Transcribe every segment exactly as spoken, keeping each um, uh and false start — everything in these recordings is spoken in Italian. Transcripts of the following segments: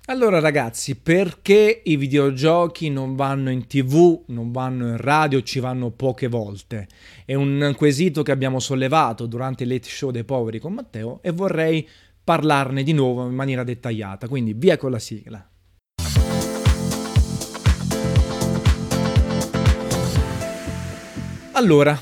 Allora ragazzi, perché i videogiochi non vanno in tivù, non vanno in radio, ci vanno poche volte? È un quesito che abbiamo sollevato durante il Late Show dei Poveri con Matteo e vorrei parlarne di nuovo in maniera dettagliata, quindi via con la sigla. Allora,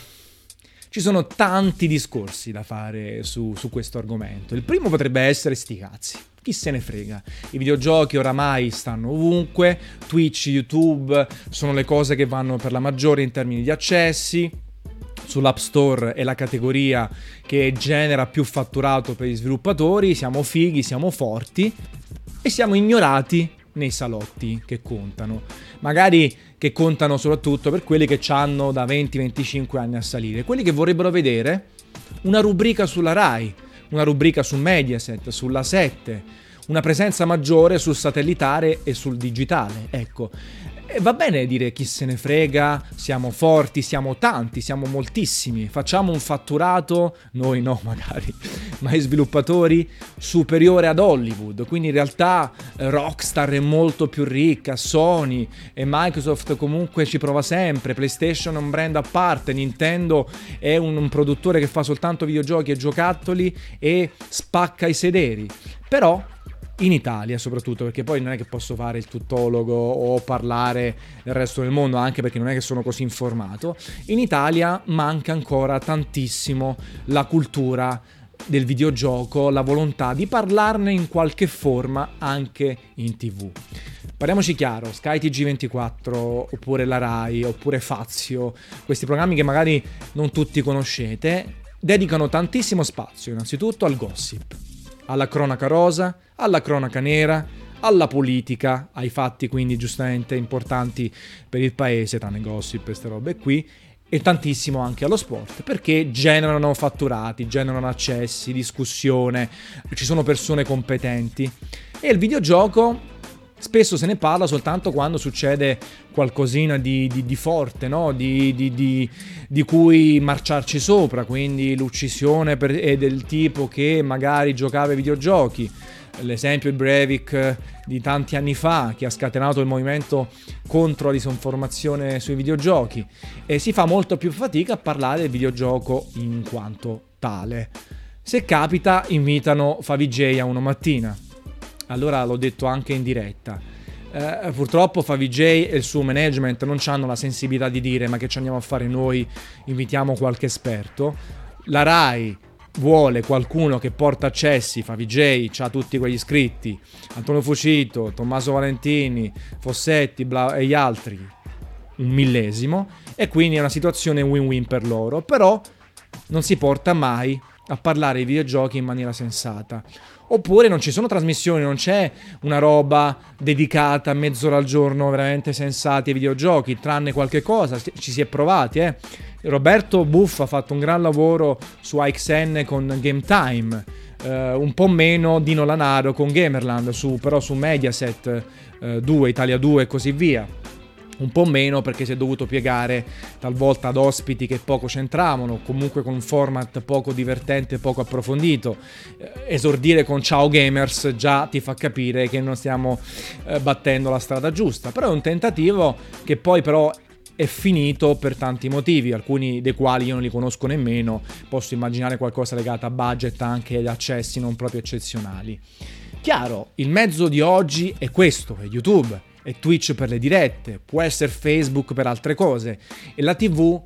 ci sono tanti discorsi da fare su, su questo argomento. Il primo potrebbe essere sti cazzi. Chi se ne frega? I videogiochi oramai stanno ovunque, Twitch, YouTube sono le cose che vanno per la maggiore in termini di accessi. Sull'App Store è la categoria che genera più fatturato per gli sviluppatori, siamo fighi, siamo forti e siamo ignorati nei salotti che contano. Magari che contano soprattutto per quelli che hanno da venti venticinque anni a salire, quelli che vorrebbero vedere una rubrica sulla Rai, una rubrica su Mediaset, sulla sette, una presenza maggiore sul satellitare e sul digitale, ecco. E va bene dire chi se ne frega, siamo forti, siamo tanti, siamo moltissimi, facciamo un fatturato, noi no magari, ma i sviluppatori, superiore ad Hollywood, quindi in realtà Rockstar è molto più ricca, Sony e Microsoft comunque ci prova sempre, PlayStation è un brand a parte, Nintendo è un, un produttore che fa soltanto videogiochi e giocattoli e spacca i sederi, però in Italia soprattutto, perché poi non è che posso fare il tuttologo o parlare del resto del mondo, anche perché non è che sono così informato, in Italia manca ancora tantissimo la cultura del videogioco, la volontà di parlarne in qualche forma anche in tivù. Parliamoci chiaro, Sky T G ventiquattro oppure la Rai oppure Fazio, questi programmi che magari non tutti conoscete, dedicano tantissimo spazio innanzitutto al gossip, alla cronaca rosa, alla cronaca nera, alla politica, ai fatti quindi giustamente importanti per il paese, tranne gossip e queste robe qui, e tantissimo anche allo sport, perché generano fatturati, generano accessi, discussione, ci sono persone competenti. E il videogioco spesso se ne parla soltanto quando succede qualcosina di, di, di forte, no? Di, di, di, di cui marciarci sopra, quindi l'uccisione per, è del tipo che magari giocava ai videogiochi. L'esempio il Breivik di tanti anni fa che ha scatenato il movimento contro la disinformazione sui videogiochi, e si fa molto più fatica a parlare del videogioco in quanto tale. Se capita invitano Favij a Uno Mattina, allora l'ho detto anche in diretta, eh, purtroppo Favij e il suo management non hanno la sensibilità di dire ma che ci andiamo a fare noi, invitiamo qualche esperto. La Rai vuole qualcuno che porta accessi, Favij c'ha tutti quegli iscritti, Antonio Fucito, Tommaso Valentini, Fossetti bla, e gli altri un millesimo, e quindi è una situazione win-win per loro, però non si porta mai a parlare di videogiochi in maniera sensata. Oppure non ci sono trasmissioni, non c'è una roba dedicata a mezz'ora al giorno veramente sensati ai videogiochi, tranne qualche cosa, ci si è provati, eh. Roberto Buff ha fatto un gran lavoro su A X N con Game Time, eh, un po' meno Dino Lanaro con Gamerland, su, però su Mediaset eh, due, Italia due e così via. Un po' meno perché si è dovuto piegare talvolta ad ospiti che poco c'entravano, comunque con un format poco divertente, poco approfondito. Eh, esordire con Ciao Gamers già ti fa capire che non stiamo eh, battendo la strada giusta, però è un tentativo che poi però è finito per tanti motivi, alcuni dei quali io non li conosco nemmeno, posso immaginare qualcosa legato a budget anche ad accessi non proprio eccezionali. Chiaro, il mezzo di oggi è questo, è YouTube, è Twitch per le dirette, può essere Facebook per altre cose, e la tivù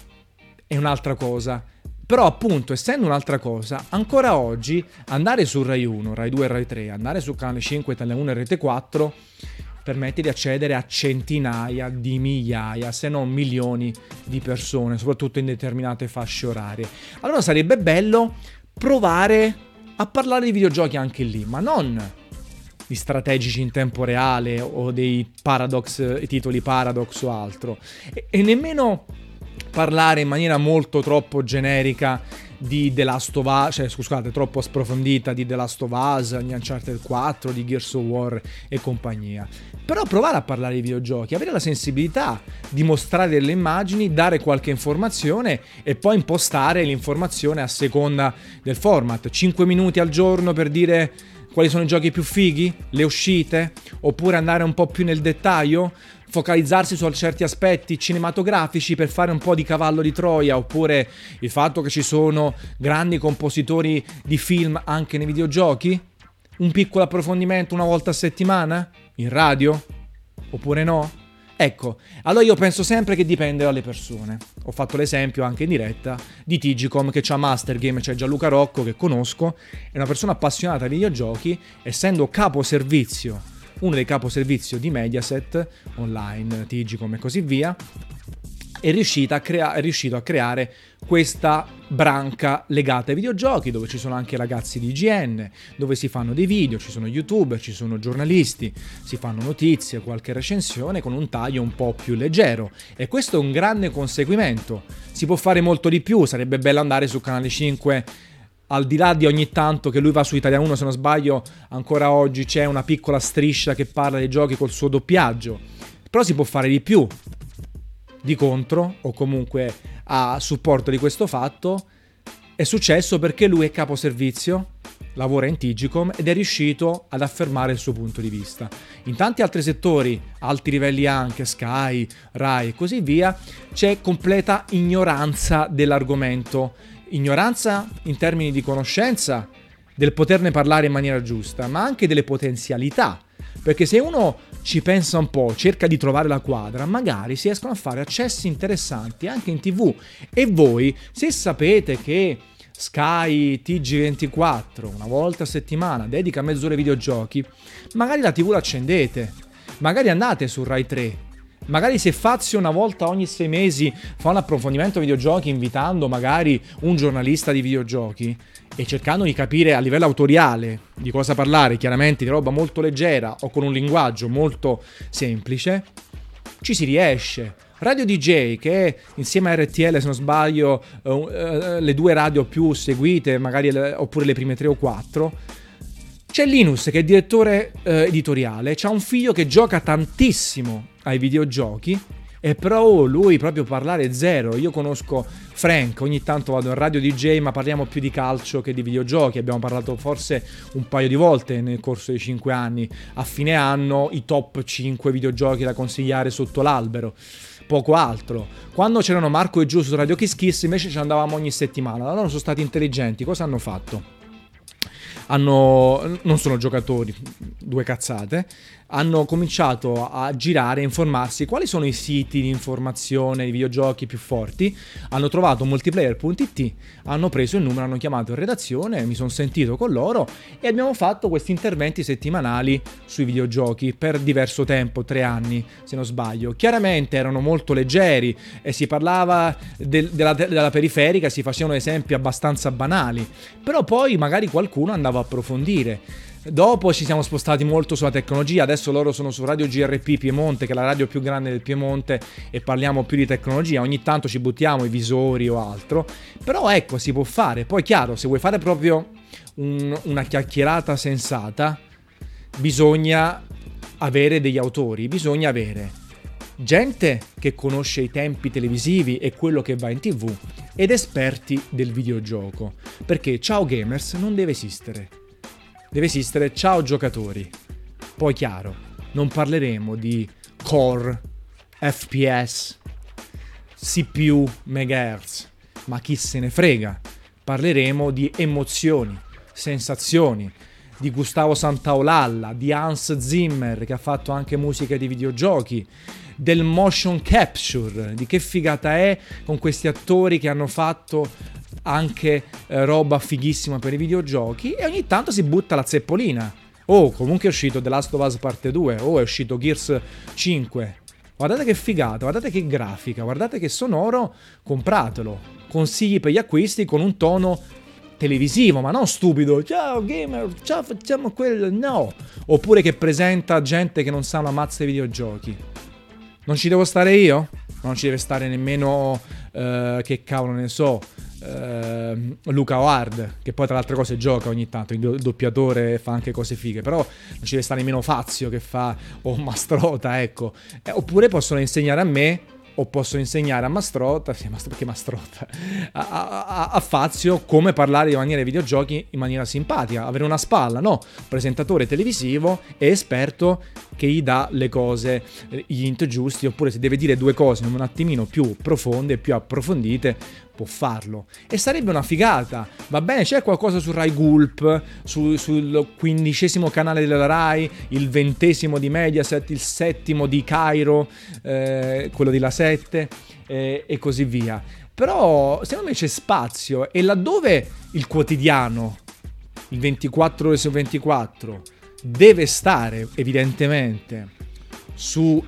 è un'altra cosa. Però appunto, essendo un'altra cosa, ancora oggi andare su Rai uno, Rai due e Rai tre, andare su Canale cinque, Italia uno e Rete quattro permette di accedere a centinaia di migliaia, se non milioni di persone, soprattutto in determinate fasce orarie. Allora sarebbe bello provare a parlare di videogiochi anche lì, ma non di strategici in tempo reale o dei Paradox, titoli Paradox o altro, e, e nemmeno parlare in maniera molto troppo generica di The Last of Us, cioè scusate, troppo sprofondita di The Last of Us, di Uncharted quattro, di Gears of War e compagnia. Però provare a parlare di videogiochi, avere la sensibilità di mostrare delle immagini, dare qualche informazione e poi impostare l'informazione a seconda del format. cinque minuti al giorno per dire quali sono i giochi più fighi, le uscite, oppure andare un po' più nel dettaglio, focalizzarsi su certi aspetti cinematografici per fare un po' di cavallo di Troia, oppure il fatto che ci sono grandi compositori di film anche nei videogiochi, un piccolo approfondimento una volta a settimana, in radio, oppure no? Ecco, allora io penso sempre che dipende dalle persone. Ho fatto l'esempio anche in diretta di Tigicom, che c'ha Master Game, c'è Gianluca Rocco che conosco, è una persona appassionata di videogiochi, essendo capo servizio, uno dei capo servizio di Mediaset, online, Tigicom e così via, è, riuscita a crea- è riuscito a creare questa branca legata ai videogiochi, dove ci sono anche ragazzi di I G N, dove si fanno dei video, ci sono youtuber, ci sono giornalisti, si fanno notizie, qualche recensione con un taglio un po' più leggero, e questo è un grande conseguimento. Si può fare molto di più, sarebbe bello andare su Canale cinque, al di là di ogni tanto che lui va su Italia uno, se non sbaglio ancora oggi c'è una piccola striscia che parla dei giochi col suo doppiaggio, però si può fare di più. Di contro, o comunque a supporto di questo fatto, è successo perché lui è capo servizio, lavora in Tigicom ed è riuscito ad affermare il suo punto di vista. In tanti altri settori, alti livelli anche, Sky, Rai e così via, c'è completa ignoranza dell'argomento, ignoranza in termini di conoscenza, del poterne parlare in maniera giusta, ma anche delle potenzialità. Perché se uno ci pensa un po', cerca di trovare la quadra, magari si riescono a fare accessi interessanti anche in tivù. E voi, se sapete che Sky T G ventiquattro una volta a settimana dedica mezz'ora ai videogiochi, magari la tivù l'accendete, magari andate su Rai tre, magari se Fazio una volta ogni sei mesi fa un approfondimento ai videogiochi invitando magari un giornalista di videogiochi e cercando di capire a livello autoriale di cosa parlare, chiaramente di roba molto leggera o con un linguaggio molto semplice, ci si riesce. Radio D J, che è insieme a R T L, se non sbaglio, uh, uh, le due radio più seguite, magari le, oppure le prime tre o quattro. C'è Linus che è direttore uh, editoriale, c'ha un figlio che gioca tantissimo ai videogiochi, e però oh, lui proprio parlare zero. Io conosco Frank, ogni tanto vado in radio D J, ma parliamo più di calcio che di videogiochi. Abbiamo parlato forse un paio di volte nel corso dei cinque anni. A fine anno i top cinque videogiochi da consigliare sotto l'albero, poco altro. Quando c'erano Marco e Giù su Radio Kiss Kiss invece ci andavamo ogni settimana. Loro sono stati intelligenti, cosa hanno fatto? Hanno, non sono giocatori, due cazzate, hanno cominciato a girare e informarsi quali sono i siti di informazione di videogiochi più forti, hanno trovato multiplayer punto it, hanno preso il numero, hanno chiamato in redazione, mi sono sentito con loro e abbiamo fatto questi interventi settimanali sui videogiochi per diverso tempo, tre anni se non sbaglio. Chiaramente erano molto leggeri e si parlava del, della, della periferica, si facevano esempi abbastanza banali, però poi magari qualcuno andava a approfondire. Dopo ci siamo spostati molto sulla tecnologia, adesso loro sono su Radio G R P Piemonte, che è la radio più grande del Piemonte, e parliamo più di tecnologia, ogni tanto ci buttiamo i visori o altro, però ecco, si può fare. Poi chiaro, se vuoi fare proprio un, una chiacchierata sensata, bisogna avere degli autori, bisogna avere gente che conosce i tempi televisivi e quello che va in tv ed esperti del videogioco, perché Ciao Gamers non deve esistere. Deve esistere Ciao Giocatori. Poi chiaro, non parleremo di core, F P S, C P U, megahertz, ma chi se ne frega. Parleremo di emozioni, sensazioni, di Gustavo Santaolalla, di Hans Zimmer che ha fatto anche musica di videogiochi, del motion capture, di che figata è con questi attori che hanno fatto anche eh, roba fighissima per i videogiochi, e ogni tanto si butta la zeppolina. Oh, comunque è uscito The Last of Us parte due, oh, è uscito Gears cinque. Guardate che figata, guardate che grafica, guardate che sonoro, compratelo. Consigli per gli acquisti con un tono televisivo, ma non stupido. Ciao gamer, ciao, facciamo quello, no. Oppure che presenta gente che non sa una mazza di videogiochi. Non ci devo stare io? Non ci deve stare nemmeno, uh, che cavolo ne so, uh, Luca Ward, che poi tra le altre cose gioca ogni tanto, il doppiatore, fa anche cose fighe, però non ci deve stare nemmeno Fazio che fa, o Mastrota, ecco. Eh, oppure possono insegnare a me o posso insegnare a Mastrota, sì, Mastro, perché Mastrota, a, a, a Fazio come parlare di maniera di videogiochi in maniera simpatica, avere una spalla, no? Presentatore televisivo e esperto che gli dà le cose, gli hint giusti, oppure se deve dire due cose un attimino più profonde, più approfondite, può farlo. E sarebbe una figata, va bene, c'è qualcosa su Rai Gulp, su, sul quindicesimo canale della Rai, il ventesimo di Mediaset, il settimo di Cairo, eh, quello di La sette, eh, e così via. Però secondo me c'è spazio, e laddove il quotidiano, il ventiquattro ore su ventiquattro, deve stare evidentemente su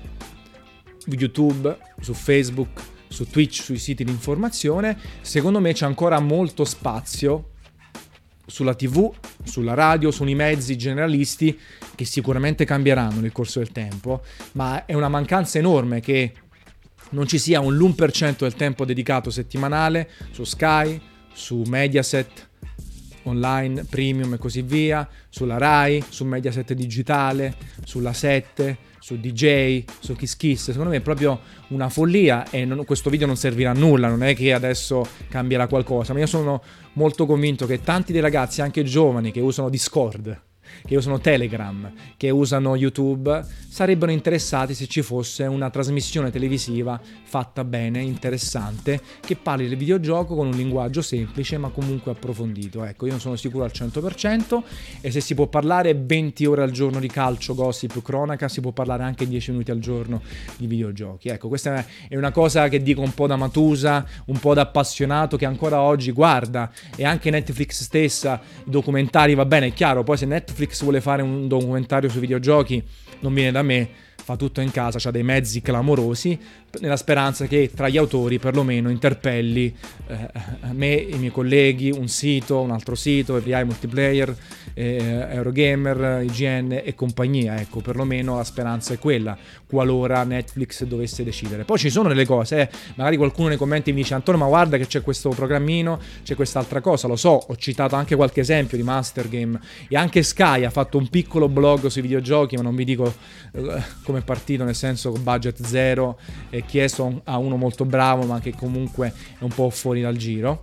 YouTube, su Facebook, su Twitch, sui siti di informazione, secondo me c'è ancora molto spazio sulla tivù, sulla radio, sui mezzi generalisti, che sicuramente cambieranno nel corso del tempo, ma è una mancanza enorme che non ci sia un l'uno per cento del tempo dedicato settimanale su Sky, su Mediaset online, premium e così via, sulla Rai, su Mediaset digitale, sulla sette, su D J, su Kiss Kiss. Secondo me è proprio una follia, e non, questo video non servirà a nulla, non è che adesso cambierà qualcosa, ma io sono molto convinto che tanti dei ragazzi, anche giovani, che usano Discord, che usano Telegram, che usano YouTube, sarebbero interessati se ci fosse una trasmissione televisiva fatta bene, interessante, che parli del videogioco con un linguaggio semplice ma comunque approfondito. Ecco, io non sono sicuro al cento per cento, e se si può parlare venti ore al giorno di calcio, gossip, cronaca, si può parlare anche dieci minuti al giorno di videogiochi. Ecco, questa è una cosa che dico un po' da Matusa, un po' da appassionato che ancora oggi guarda, e anche Netflix stessa, i documentari, va bene, è chiaro, poi se Netflix vuole fare un documentario sui videogiochi non viene da me, fa tutto in casa, c'ha dei mezzi clamorosi, nella speranza che tra gli autori perlomeno interpelli eh, me, i miei colleghi, un sito, un altro sito, Every Eye Multiplayer, eh, Eurogamer, I G N e compagnia. Ecco, perlomeno la speranza è quella, qualora Netflix dovesse decidere. Poi ci sono delle cose, eh. magari qualcuno nei commenti mi dice: Antonio, ma guarda che c'è questo programmino, c'è quest'altra cosa, lo so, ho citato anche qualche esempio di Master Game, e anche Sky ha fatto un piccolo blog sui videogiochi, ma non vi dico eh, come è partito, nel senso con budget zero, e chiesto a uno molto bravo ma che comunque è un po' fuori dal giro.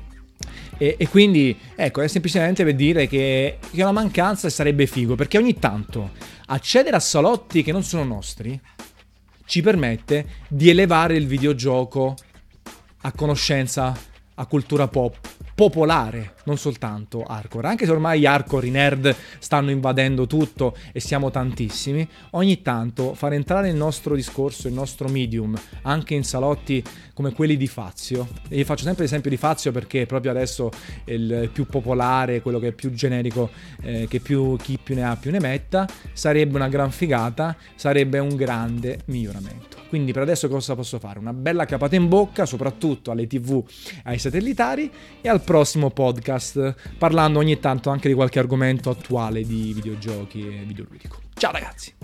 E, e quindi ecco, è semplicemente per dire che, che è una mancanza, e sarebbe figo, perché ogni tanto accedere a salotti che non sono nostri ci permette di elevare il videogioco a conoscenza, a cultura pop popolare, non soltanto hardcore. Anche se ormai gli hardcore, i nerd stanno invadendo tutto e siamo tantissimi, ogni tanto far entrare il nostro discorso, il nostro medium, anche in salotti come quelli di Fazio. E io faccio sempre l'esempio di Fazio perché proprio adesso è il più popolare, quello che è più generico, eh, che più chi più ne ha più ne metta. Sarebbe una gran figata, sarebbe un grande miglioramento. Quindi per adesso cosa posso fare? Una bella capata in bocca, soprattutto alle tivù, ai satellitari, e al prossimo podcast, parlando ogni tanto anche di qualche argomento attuale di videogiochi e videoludico. Ciao ragazzi!